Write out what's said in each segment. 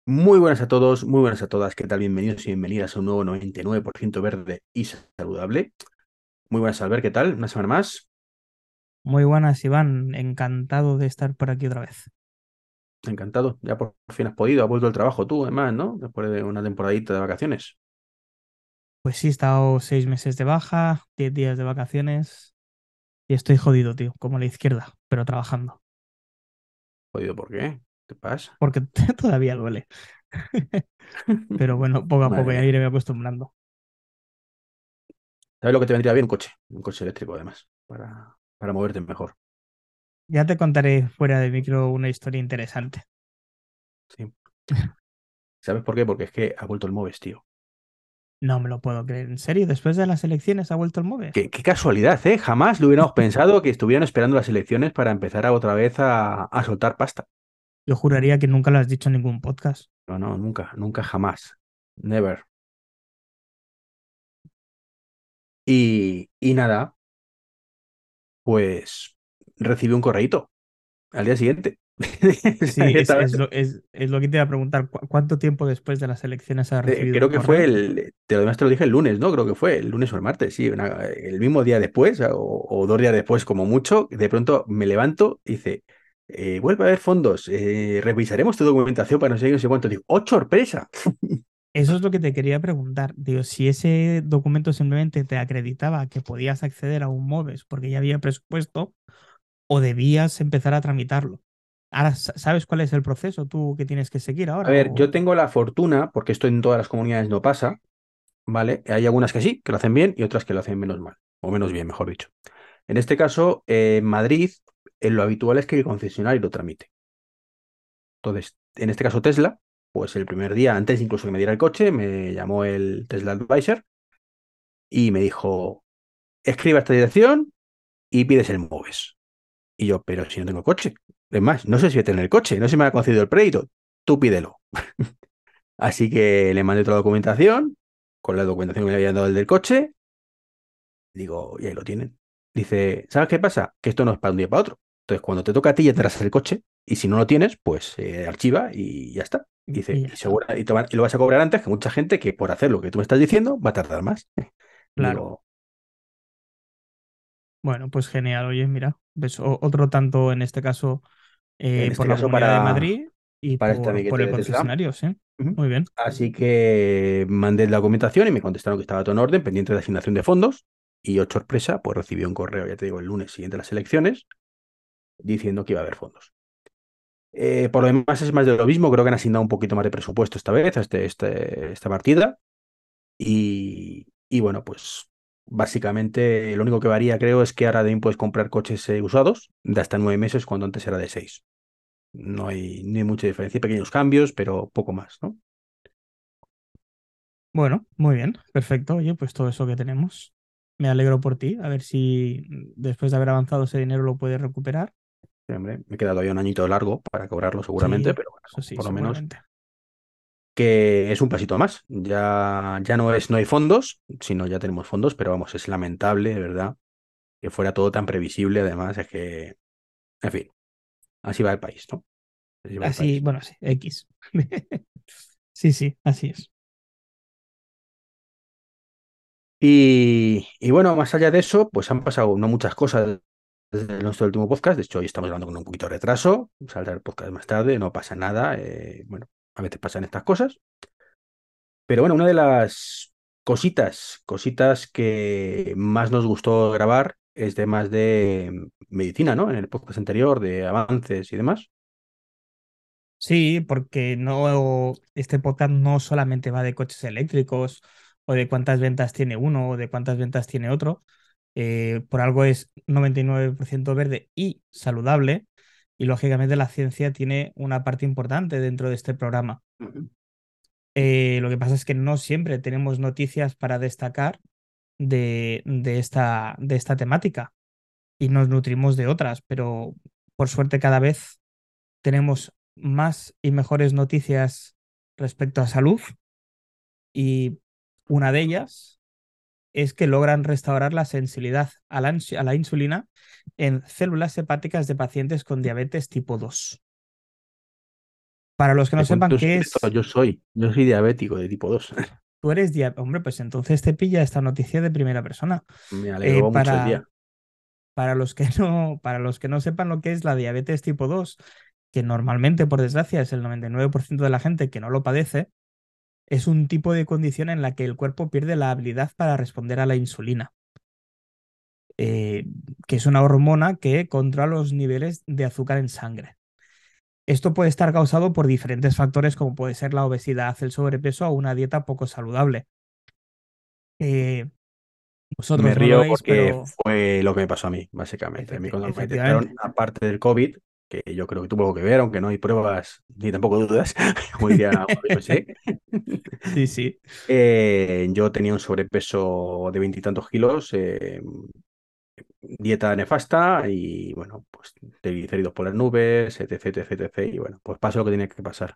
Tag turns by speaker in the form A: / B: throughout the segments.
A: Muy buenas a todos, muy buenas a todas. ¿Qué tal? Bienvenidos y bienvenidas a un nuevo 99% verde y saludable. Muy buenas, Albert. ¿Qué tal? Una semana más.
B: Muy buenas, Iván. Encantado de estar por aquí otra vez.
A: Encantado. Ya por fin has podido. Has vuelto al trabajo tú, además, ¿no? Después de una temporadita de vacaciones.
B: Pues sí, he estado 6 meses de baja, 10 días de vacaciones y estoy jodido, tío, como la izquierda, pero trabajando,
A: ¿Podido por qué? ¿Qué pasa?
B: porque todavía duele. Pero bueno, poco a poco
A: Madre
B: ya
A: mía.
B: iré acostumbrando.
A: ¿Sabes lo que te vendría bien? Un coche. Un coche eléctrico, además. Para moverte mejor.
B: Ya te contaré fuera de micro una historia interesante.
A: Sí. ¿Sabes por qué? Porque es que ha vuelto el Moves, tío.
B: No me lo puedo creer. ¿En serio? ¿Después de las elecciones ha vuelto el Moves?
A: Qué casualidad, ¿eh? Jamás lo hubiéramos pensado que estuvieran esperando las elecciones para empezar otra vez a soltar pasta.
B: Yo juraría que nunca lo has dicho en ningún podcast.
A: No, no, nunca, nunca, jamás. Never. Y nada, pues recibí un correíto al día siguiente.
B: Sí,
A: Directamente.
B: es lo que te iba a preguntar. ¿Cuánto tiempo después de las elecciones has recibido un
A: Creo que fue
B: correo?
A: además te lo dije el lunes, ¿no? Creo que fue el lunes o el martes, sí, el mismo día después o 2 días después como mucho, de pronto me levanto y dice, vuelve a haber fondos, revisaremos tu documentación para no sé qué, no sé cuánto. Digo, ¡oh, sorpresa!
B: Eso es lo que te quería preguntar. Digo, si ese documento simplemente te acreditaba que podías acceder a un MOVES porque ya había presupuesto o debías empezar a tramitarlo. Ahora, ¿sabes cuál es el proceso tú que tienes que seguir
A: A
B: ahora?
A: ver, yo tengo la fortuna, porque esto en todas las comunidades no pasa, ¿vale? Hay algunas que sí, que lo hacen bien y otras que lo hacen menos mal, o menos bien, mejor dicho. En este caso, en Madrid, lo habitual es que el concesionario lo tramite. Entonces, en este caso Tesla, pues el primer día, antes incluso que me diera el coche, me llamó el Tesla Advisor y me dijo, escriba esta dirección y pides el MOVES. Y yo, pero si no tengo coche. Es más, no sé si voy a tener el coche, no sé si me ha concedido el crédito. Tú pídelo. Así que le mandé toda la documentación, con la documentación que me había dado el del coche. Digo, y ahí lo tienen. Dice, ¿sabes qué pasa? Que esto no es para un día para otro. Entonces, cuando te toca a ti, ya tendrás el coche. Y si no lo tienes, pues archiva y ya está.
B: Y
A: Dice,
B: ya
A: y,
B: está.
A: segura, y lo vas a cobrar antes que mucha gente que por hacer lo que tú me estás diciendo va a tardar más.
B: Claro.
A: Digo,
B: Bueno, pues genial. Oye, mira, ves otro tanto en este caso
A: en este
B: por la
A: caso
B: Comunidad de Madrid y
A: para este
B: por
A: amiguete
B: el
A: de Tesla.
B: concesionario, sí.
A: Ujú.
B: Muy bien.
A: Así que mandé la documentación y me contestaron que estaba todo en orden, pendiente de asignación de fondos. Y, oh sorpresa, pues recibí un correo, ya te digo, el lunes siguiente a las elecciones, diciendo que iba a haber fondos. Por lo demás es más de lo mismo, creo que han asignado un poquito más de presupuesto esta vez, a esta partida. Y bueno, pues básicamente lo único que varía creo es que ahora también puedes comprar coches usados de hasta 9 meses cuando antes era de 6. No hay mucha diferencia, hay pequeños cambios, pero poco más, ¿no?
B: Bueno, muy bien. Perfecto. Oye, pues todo eso que tenemos. Me alegro por ti. A ver si después de haber avanzado ese dinero lo puedes recuperar.
A: Sí, hombre, me queda todavía un añito largo para cobrarlo seguramente,
B: Sí,
A: pero
B: eso
A: bueno,
B: sí,
A: por lo menos
B: seguramente.
A: que es un pasito más. Ya no hay fondos, sino ya tenemos fondos, pero vamos, es lamentable, de verdad, que fuera todo tan previsible. Además, es que, en fin, así va el país, ¿no? Así va el
B: Así,
A: país.
B: bueno, sí, X. Sí, sí, así es.
A: Y bueno, más allá de eso, pues han pasado no muchas cosas desde nuestro último podcast. De hecho, hoy estamos grabando con un poquito de retraso. Saldrá el podcast más tarde, no pasa nada. Bueno, a veces pasan estas cosas. Pero bueno, una de las cositas que más nos gustó grabar es de más de medicina, ¿no? En el podcast anterior, de avances y demás.
B: Sí, porque no, este podcast no solamente va de coches eléctricos o de cuántas ventas tiene uno o de cuántas ventas tiene otro. Por algo es 99% verde y saludable. Y lógicamente la ciencia tiene una parte importante dentro de este programa.
A: Ujú.
B: Lo que pasa es que no siempre tenemos noticias para destacar de esta temática y nos nutrimos de otras, pero por suerte cada vez tenemos más y mejores noticias respecto a salud y una de ellas es que logran restaurar la sensibilidad a la insulina en células hepáticas de pacientes con diabetes tipo 2. Para los que no
A: Te cuento
B: sepan
A: un
B: qué
A: secreto,
B: es,
A: yo soy diabético de tipo 2.
B: tú eres hombre, pues entonces te pilla esta noticia de primera persona.
A: Me
B: Eh,
A: alegró mucho el
B: para,
A: día.
B: para los que no sepan lo que es la diabetes tipo 2, que normalmente, por desgracia, es el 99% de la gente que no lo padece, es un tipo de condición en la que el cuerpo pierde la habilidad para responder a la insulina, eh, que es una hormona que controla los niveles de azúcar en sangre. Esto puede estar causado por diferentes factores como puede ser la obesidad, el sobrepeso o una dieta poco saludable. Eh,
A: Me
B: Vosotros no lo
A: río
B: veis,
A: porque
B: pero
A: fue lo que me pasó a mí, básicamente. A mí cuando me detectaron,
B: efectivamente.
A: aparte del COVID, que yo creo que tuvo algo que ver, aunque no hay pruebas ni tampoco dudas, como diría un amigo sé,
B: Sí, sí.
A: yo tenía un sobrepeso de veintitantos kilos, dieta nefasta y, bueno, pues triglicéridos por las nubes, etc, etc, etc. Y bueno, pues pasó lo que tenía que pasar.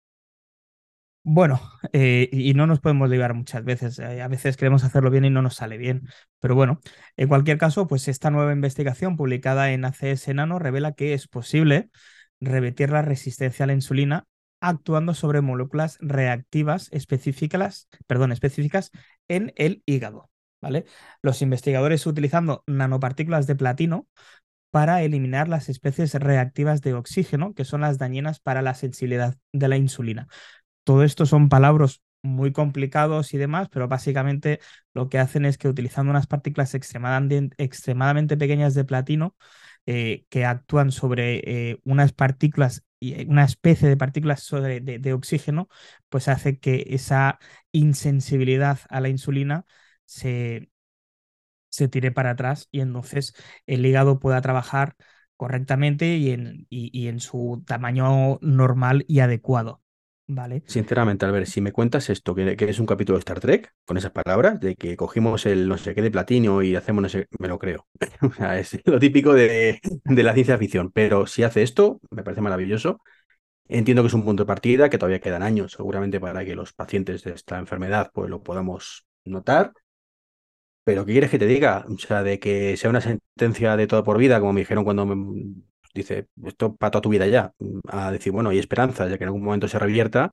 B: Bueno, y no nos podemos ligar muchas veces. A veces queremos hacerlo bien y no nos sale bien. Pero bueno, en cualquier caso, pues esta nueva investigación publicada en ACS Nano revela que es posible revertir la resistencia a la insulina actuando sobre moléculas reactivas específicas en el hígado. ¿Vale? Los investigadores utilizando nanopartículas de platino para eliminar las especies reactivas de oxígeno, que son las dañinas para la sensibilidad de la insulina. Todo esto son palabras muy complicados y demás, pero básicamente lo que hacen es que utilizando unas partículas extremadamente pequeñas de platino que actúan sobre unas partículas y una especie de partículas de oxígeno, pues hace que esa insensibilidad a la insulina se, se tire para atrás y entonces el hígado pueda trabajar correctamente y en su tamaño normal y adecuado. ¿Vale?
A: Sinceramente, Albert, si me cuentas esto, que es un capítulo de Star Trek, con esas palabras, de que cogimos el no sé qué de platino y hacemos no sé, me lo creo. O sea, es lo típico de la ciencia ficción. Pero si hace esto, me parece maravilloso. Entiendo que es un punto de partida, que todavía quedan años seguramente para que los pacientes de esta enfermedad pues lo podamos notar. Pero ¿qué quieres que te diga? O sea, de que sea una sentencia de todo por vida, como me dijeron cuando dice, esto para toda tu vida ya, a decir, bueno, hay esperanza de que en algún momento se revierta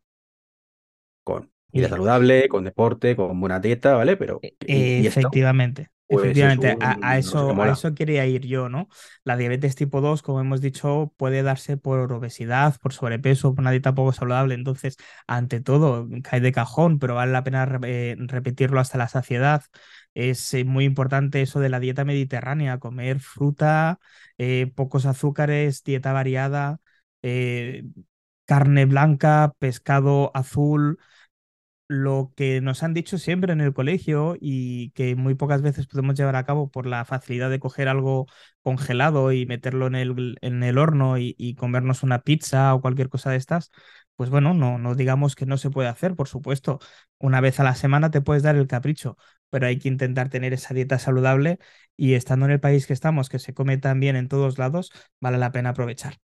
A: con vida
B: Y
A: saludable, con deporte, con buena dieta, ¿vale? Pero, y esto,
B: efectivamente,
A: pues es
B: a
A: una cosa que
B: eso, a
A: mola.
B: eso quería ir yo, ¿no? La diabetes tipo 2, como hemos dicho, puede darse por obesidad, por sobrepeso, por una dieta poco saludable. Entonces, ante todo, cae de cajón, pero vale la pena repetirlo hasta la saciedad. Es muy importante eso de la dieta mediterránea, comer fruta, pocos azúcares, dieta variada, eh, carne blanca, pescado azul, lo que nos han dicho siempre en el colegio y que muy pocas veces podemos llevar a cabo por la facilidad de coger algo congelado y meterlo en el horno y comernos una pizza o cualquier cosa de estas, pues bueno, no digamos que no se puede hacer, por supuesto. Una vez a la semana te puedes dar el capricho, pero hay que intentar tener esa dieta saludable y estando en el país que estamos, que se come tan bien en todos lados, vale la pena aprovechar.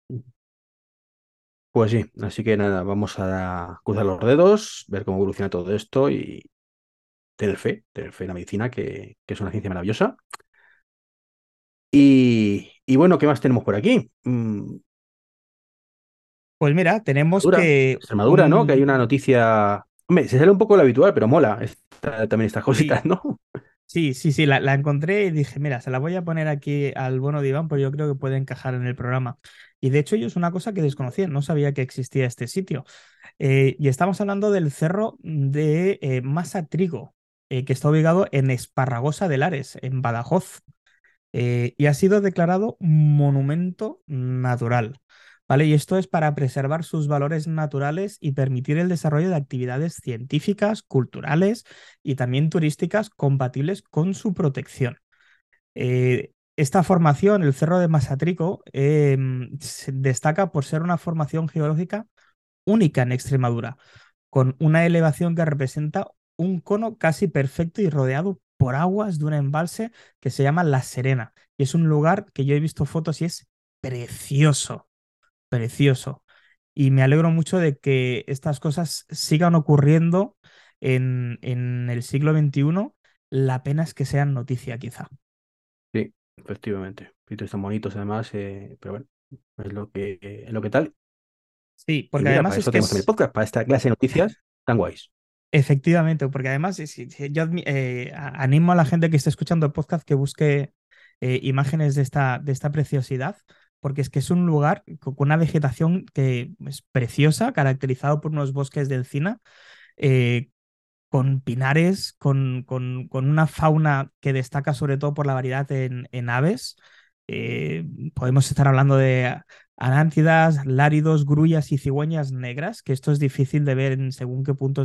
A: Pues sí, así que nada, vamos a cruzar los dedos, ver cómo evoluciona todo esto y tener fe en la medicina, que es una ciencia maravillosa. Y bueno, ¿qué más tenemos por aquí?
B: Pues mira, tenemos
A: Extremadura,
B: que
A: Extremadura, ¿no? Que hay
B: un...
A: una noticia. Hombre, se sale un poco de lo habitual, pero mola también estas
B: Sí,
A: cositas, ¿no?
B: sí, la encontré y dije, mira, se la voy a poner aquí al bono de Iván, porque yo creo que puede encajar en el programa. Y de hecho yo es una cosa que desconocía, no sabía que existía este sitio. Y estamos hablando del cerro de Masa Trigo, que está ubicado en Esparragosa de Lares, en Badajoz, y ha sido declarado monumento natural. ¿Vale? Y esto es para preservar sus valores naturales y permitir el desarrollo de actividades científicas, culturales y también turísticas compatibles con su protección. Esta formación, el Cerro de Masatrico, se destaca por ser una formación geológica única en Extremadura, con una elevación que representa un cono casi perfecto y rodeado por aguas de un embalse que se llama La Serena. Y es un lugar que yo he visto fotos y es precioso, precioso. Y me alegro mucho de que estas cosas sigan ocurriendo en el siglo XXI. La pena es que sean noticia, quizá.
A: Sí, efectivamente. Sitios tan bonitos además, pero bueno, es lo que tal.
B: Sí,
A: Y
B: porque
A: mira,
B: además
A: para
B: es
A: eso
B: que
A: tenemos también el
B: es,
A: podcast, para esta clase de noticias tan guays.
B: efectivamente, porque además yo animo a la gente que esté escuchando el podcast que busque imágenes de esta preciosidad, porque es que es un lugar con una vegetación que es preciosa, caracterizado por unos bosques de encina, eh, con pinares, con una fauna que destaca sobre todo por la variedad en aves. Eh, Podemos estar hablando de arántidas, láridos, grullas y cigüeñas negras, que esto es difícil de ver en según qué puntos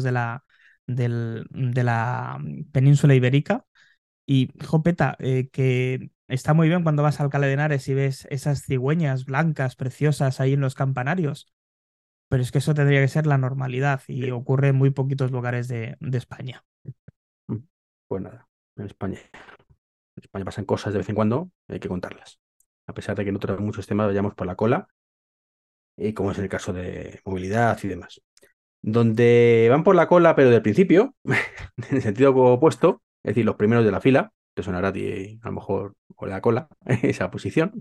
B: de la península ibérica. Y Jopeta, que está muy bien cuando vas a Alcalá de Henares y ves esas cigüeñas blancas, preciosas ahí en los campanarios, pero es que eso tendría que ser la normalidad y
A: Sí.
B: ocurre en muy poquitos lugares de España.
A: Mm. Pues nada, en España pasan cosas de vez en cuando, hay que contarlas. A pesar de que en otros muchos temas vayamos por la cola, como es el caso de movilidad y demás. Donde van por la cola, pero del principio, en el sentido opuesto, es decir, los primeros de la fila, te sonará a ti a lo mejor con la cola, esa posición,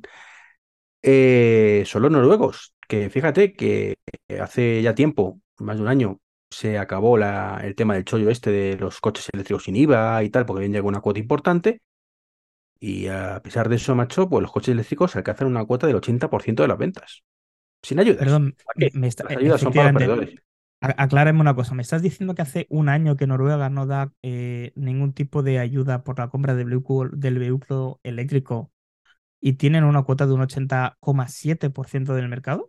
A: son los noruegos, que fíjate que hace ya tiempo, más de un año, se acabó el tema del chollo este de los coches eléctricos sin IVA y tal, porque habían llegado a una cuota importante, y a pesar de eso, macho, pues los coches eléctricos alcanzan una cuota del 80% de las ventas, sin ayudas.
B: Perdón,
A: ¿Para qué? Las ayudas son para los
B: efectivamente,
A: perdedores.
B: aclárame una cosa. ¿Me estás diciendo que hace un año que Noruega no da ningún tipo de ayuda por la compra del vehículo eléctrico y tienen una cuota de un 80,7% del mercado?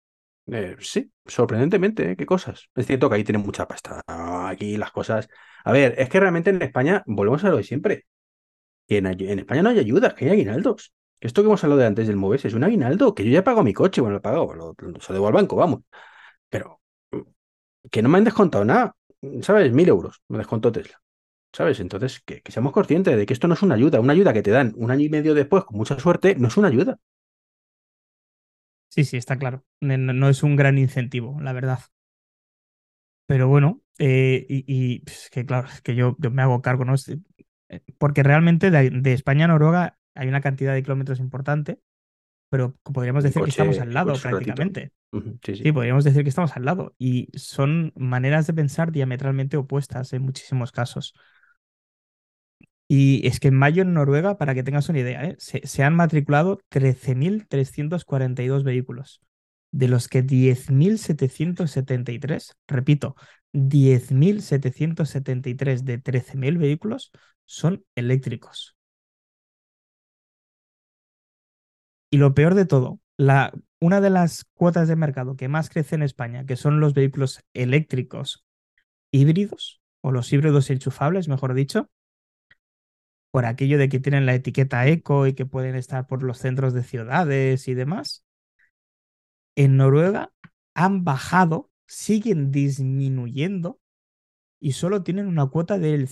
A: Sí, sorprendentemente, ¿eh? ¿Qué cosas? Es cierto que ahí tienen mucha pasta. Aquí las cosas. A ver, es que realmente en España, volvemos a lo de siempre, que en España no hay ayudas, que hay aguinaldos. Esto que hemos hablado de antes del MOVES es un aguinaldo, que yo ya pago mi coche, bueno, lo he pagado, se lo debo al banco, vamos. Pero que no me han descontado nada, ¿sabes? 1.000 euros me descontó Tesla, ¿sabes? Entonces, que seamos conscientes de que esto no es una ayuda que te dan un año y medio después, con mucha suerte, no es una ayuda.
B: Sí, sí, está claro. No es un gran incentivo, la verdad. Pero bueno, pues, que claro, es que yo me hago cargo, ¿no? Porque realmente de España a Noruega hay una cantidad de kilómetros importante, pero podríamos decir que estamos al
A: En coche
B: lado
A: es un ratito.
B: prácticamente.
A: Ujú, sí,
B: Sí,
A: sí.
B: podríamos decir que estamos al lado. Y son maneras de pensar diametralmente opuestas en muchísimos casos. Y es que en mayo en Noruega, para que tengas una idea, se han matriculado 13.342 vehículos, de los que 10.773, repito, 10.773 de 13.000 vehículos son eléctricos. Y lo peor de todo, una de las cuotas de mercado que más crece en España, que son los vehículos eléctricos híbridos, o los híbridos enchufables, mejor dicho, por aquello de que tienen la etiqueta eco y que pueden estar por los centros de ciudades y demás, en Noruega han bajado, siguen disminuyendo y solo tienen una cuota del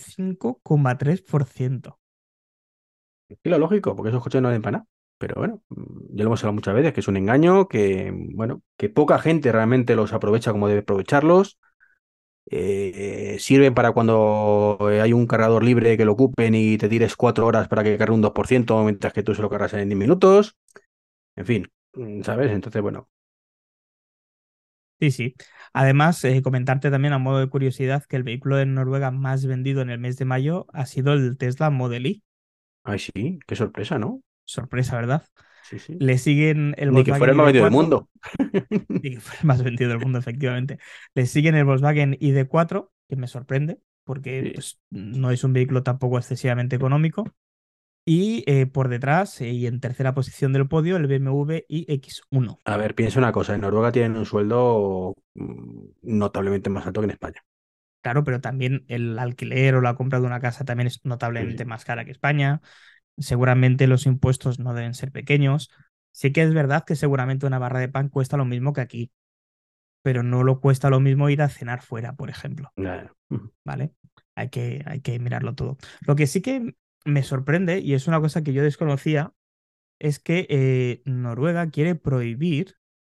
B: 5,3%.
A: Y lo lógico, porque esos coches no valen para nada. Pero bueno, ya lo hemos hablado muchas veces, que es un engaño, que bueno, que poca gente realmente los aprovecha como debe aprovecharlos. Sirven para cuando hay un cargador libre que lo ocupen y te tires 4 horas para que cargue un 2%, mientras que tú se lo cargas en 10 minutos. En fin, ¿sabes? Entonces, bueno,
B: Sí, sí. Además, comentarte también a modo de curiosidad que el vehículo en Noruega más vendido en el mes de mayo ha sido el Tesla Model Y.
A: ay sí, qué sorpresa, ¿no?
B: Sorpresa, ¿verdad?
A: Sí, sí.
B: Le siguen el
A: Ni que fuera
B: Volkswagen
A: el más vendido del
B: ID.4.
A: mundo.
B: Y que fue el más vendido del mundo, efectivamente. Le siguen el Volkswagen ID.4, que me sorprende, porque
A: Sí.
B: pues, no es un vehículo tampoco excesivamente económico. Y por detrás, y en tercera posición del podio, el BMW iX1.
A: A ver, piensa una cosa, en Noruega tienen un sueldo notablemente más alto que en España.
B: Claro, pero también el alquiler o la compra de una casa también es
A: Sí,
B: notablemente
A: sí.
B: más cara que España. Seguramente los impuestos no deben ser pequeños. Sí que es verdad que seguramente una barra de pan cuesta lo mismo que aquí, pero no lo cuesta lo mismo ir a cenar fuera, por ejemplo.
A: Nada.
B: ¿Vale? Hay que mirarlo todo. Lo que sí que me sorprende, y es una cosa que yo desconocía, es que Noruega quiere prohibir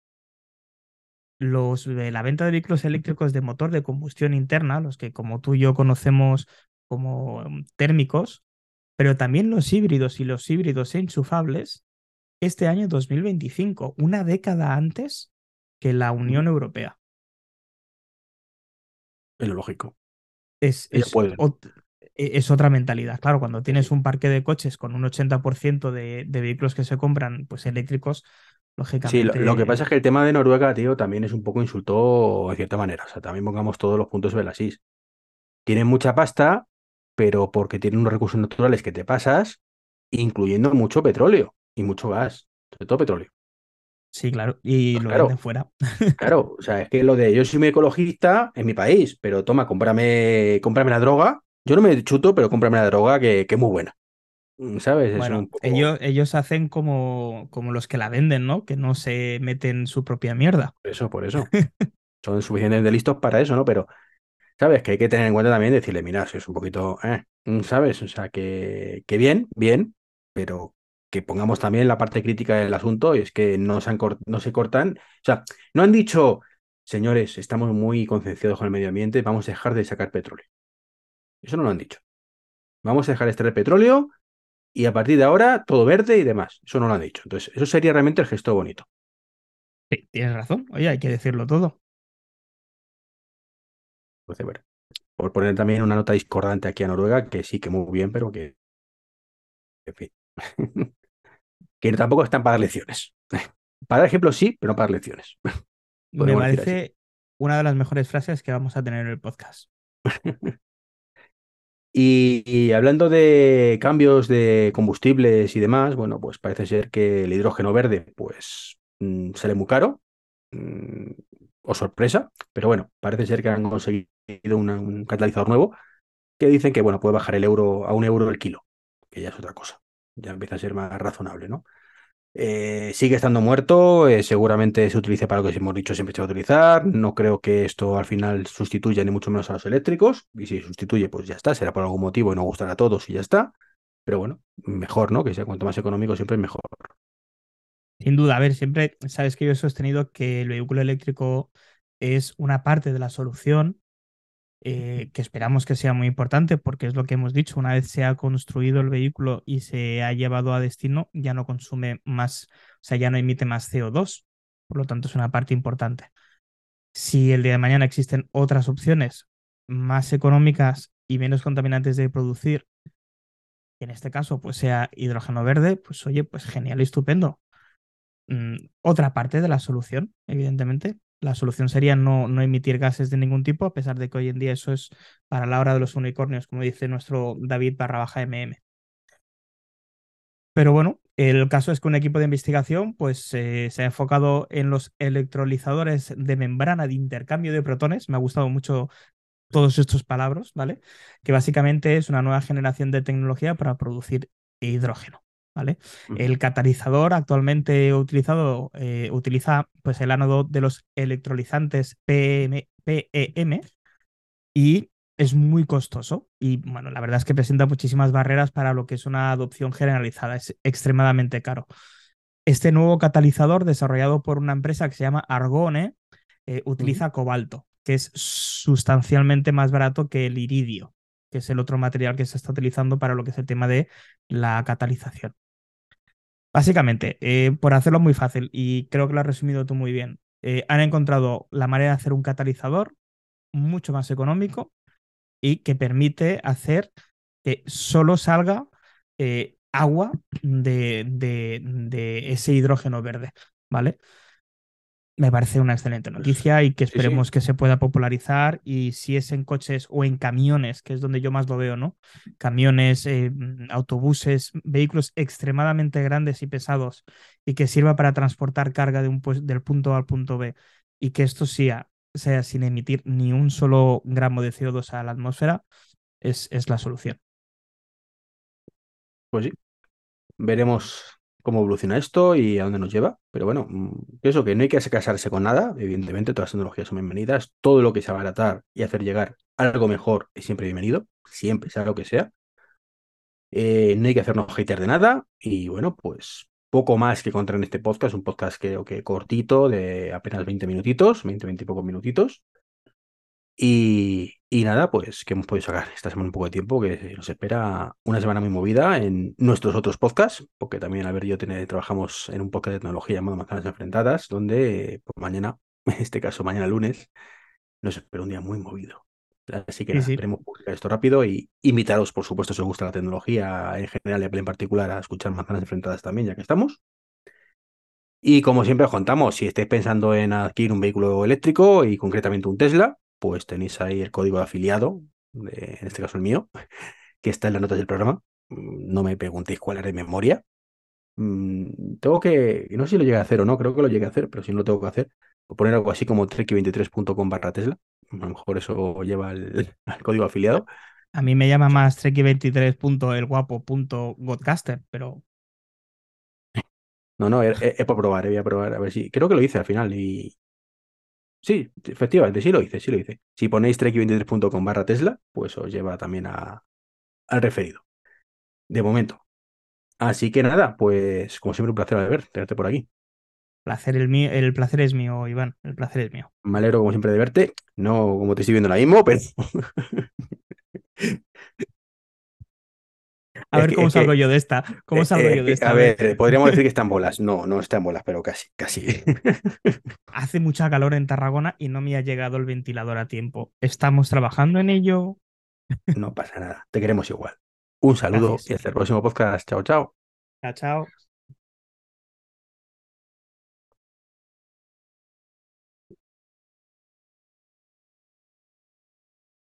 B: la venta de vehículos eléctricos de motor de combustión interna, los que como tú y yo conocemos como térmicos, pero también los híbridos y los híbridos enchufables este año 2025, una década antes que la Unión Europea.
A: Es lo lógico.
B: Es,
A: Ellos
B: es,
A: pueden.
B: ot- es otra mentalidad. Claro, cuando
A: Sí,
B: tienes
A: sí.
B: un parque de coches con un 80% de vehículos que se compran pues eléctricos,
A: Sí, lo que pasa es
B: lógicamente,
A: que el tema de Noruega, tío, también es un poco insultó de cierta manera. O sea, también pongamos todos los puntos sobre las is. Tienen mucha pasta, pero porque tienen unos recursos naturales que te pasas, incluyendo mucho petróleo y mucho gas, sobre todo petróleo.
B: sí, claro, y
A: Pues
B: lo venden
A: claro,
B: fuera.
A: claro, o sea, es que lo de yo soy muy ecologista en mi país, pero toma, cómprame la droga. Yo no me chuto, pero cómprame la droga que es muy buena. ¿Sabes? Es un
B: Bueno,
A: poco
B: ellos hacen como los que la venden, ¿no? Que no se meten su propia mierda.
A: eso, por eso. Son suficientemente listos para eso, ¿no? Pero, ¿sabes? Que hay que tener en cuenta también decirle, mira, si es un poquito, ¿sabes? O sea, que bien, bien, pero que pongamos también la parte crítica del asunto y es que no se cortan. O sea, no han dicho, señores, estamos muy concienciados con el medio ambiente, vamos a dejar de sacar petróleo. Eso no lo han dicho. Vamos a dejar de extraer petróleo y a partir de ahora todo verde y demás. Eso no lo han dicho. Entonces, eso sería realmente el gesto bonito.
B: Sí, tienes razón. Oye, hay que decirlo todo.
A: Entonces, bueno, por poner también una nota discordante aquí a Noruega, que sí, que muy bien, pero que, en fin, que tampoco están para dar lecciones. Para dar ejemplos sí, pero no para dar lecciones.
B: Me
A: Podemos decir así.
B: parece una de las mejores frases que vamos a tener en el podcast.
A: Y hablando de cambios de combustibles y demás, bueno, pues parece ser que el hidrógeno verde, pues sale muy caro, mm, o sorpresa, pero bueno, parece ser que han conseguido un catalizador nuevo que dicen que, bueno, puede bajar el euro a 1 euro el kilo, que ya es otra cosa, ya empieza a ser más razonable, ¿no? Sigue estando muerto, seguramente se utilice para lo que hemos dicho siempre se va a utilizar. No creo que esto al final sustituya ni mucho menos a los eléctricos. Y si sustituye, pues ya está, será por algún motivo y no gustará a todos y ya está. Pero bueno, mejor, ¿no? Que sea cuanto más económico siempre es mejor.
B: Sin duda, a ver, siempre sabes que yo he sostenido que el vehículo eléctrico es una parte de la solución que esperamos que sea muy importante porque es lo que hemos dicho, una vez se ha construido el vehículo y se ha llevado a destino, ya no consume más, o sea, ya no emite más CO2, por lo tanto es una parte importante. Si el día de mañana existen otras opciones más económicas y menos contaminantes de producir, que en este caso pues sea hidrógeno verde, pues oye, pues genial y estupendo. Otra parte de la solución, evidentemente. La solución sería no emitir gases de ningún tipo, a pesar de que hoy en día eso es para la hora de los unicornios, como dice nuestro David barra baja MM. Pero bueno, el caso es que un equipo de investigación pues, se ha enfocado en los electrolizadores de membrana de intercambio de protones. Me ha gustado mucho todos estos palabras, ¿vale? Que básicamente es una nueva generación de tecnología para producir hidrógeno, ¿vale?
A: Ujú.
B: El catalizador actualmente utilizado utiliza pues el ánodo de los electrolizantes PEM y es muy costoso y bueno, la verdad es que presenta muchísimas barreras para lo que es una adopción generalizada, es extremadamente caro. Este nuevo catalizador desarrollado por una empresa que se llama Argone
A: Ujú.
B: utiliza cobalto, que es sustancialmente más barato que el iridio, que es el otro material que se está utilizando para lo que es el tema de la catalización. Básicamente, por hacerlo muy fácil, y creo que lo has resumido tú muy bien, han encontrado la manera de hacer un catalizador mucho más económico y que permite hacer que solo salga agua de ese hidrógeno verde, ¿vale? Me parece una excelente
A: Pues,
B: noticia y que
A: sí, sí,
B: esperemos que se pueda popularizar y si es en coches o en camiones, que es donde yo más lo veo, ¿no? Camiones, autobuses, vehículos extremadamente grandes y pesados y que sirva para transportar carga del punto A al punto B y que esto sea sin emitir ni un solo gramo de CO2 a la atmósfera, es la solución.
A: pues sí. Veremos cómo evoluciona esto y a dónde nos lleva. Pero bueno, eso que no hay que casarse con nada. Evidentemente, todas las tecnologías son bienvenidas. Todo lo que sea abaratar y hacer llegar algo mejor es siempre bienvenido, siempre, sea lo que sea. No hay que hacernos hater de nada. Y bueno, pues poco más que contar en este podcast. Un podcast creo que cortito, de apenas 20 minutitos, 20 y pocos minutitos. Y nada, pues que hemos podido sacar esta semana un poco de tiempo, que nos espera una semana muy movida en nuestros otros podcasts, porque también Albert y yo trabajamos en un podcast de tecnología llamado Manzanas Enfrentadas, donde pues, mañana en este caso mañana lunes, nos espera un día muy movido. Así que
B: Sí,
A: nada,
B: sí.
A: esperemos publicar esto rápido y invitaros, por supuesto, si os gusta la tecnología en general y Apple en particular, a escuchar Manzanas Enfrentadas también, ya que estamos. Y como siempre os contamos, si estáis pensando en adquirir un vehículo eléctrico y concretamente un Tesla, pues tenéis ahí el código de afiliado, en este caso el mío, que está en las notas del programa. No me preguntéis cuál era de memoria. Tengo que, no sé si lo llegué a hacer o no, creo que lo llegué a hacer, pero si no lo tengo que hacer, voy a poner algo así como treki23.com/Tesla. A lo mejor eso lleva al código afiliado.
B: A mí me llama más treki23.elguapo.godcaster, pero
A: No, no, es por probar, voy a probar a ver si. Creo que lo hice al final y. Sí, efectivamente, sí lo hice, sí lo hice. Si ponéis treki23.com/Tesla, pues os lleva también al referido, de momento. Así que nada, pues como siempre un placer de ver, tenerte por aquí.
B: el placer es mío, Iván, el placer es mío.
A: Me alegro como siempre de verte, no como te estoy viendo ahora mismo, pero
B: A
A: es
B: ver
A: que,
B: cómo
A: es
B: salgo
A: que,
B: yo de esta, cómo salgo yo de esta,
A: a
B: a ver.
A: ver, podríamos decir que está en bolas. No, no está en bolas, pero casi, casi.
B: Hace mucha calor en Tarragona y no me ha llegado el ventilador a tiempo. Estamos trabajando en ello.
A: No pasa nada, te queremos igual. Un saludo y
B: Gracias.
A: hasta el próximo podcast. Chao, chao.
B: Chao, chao.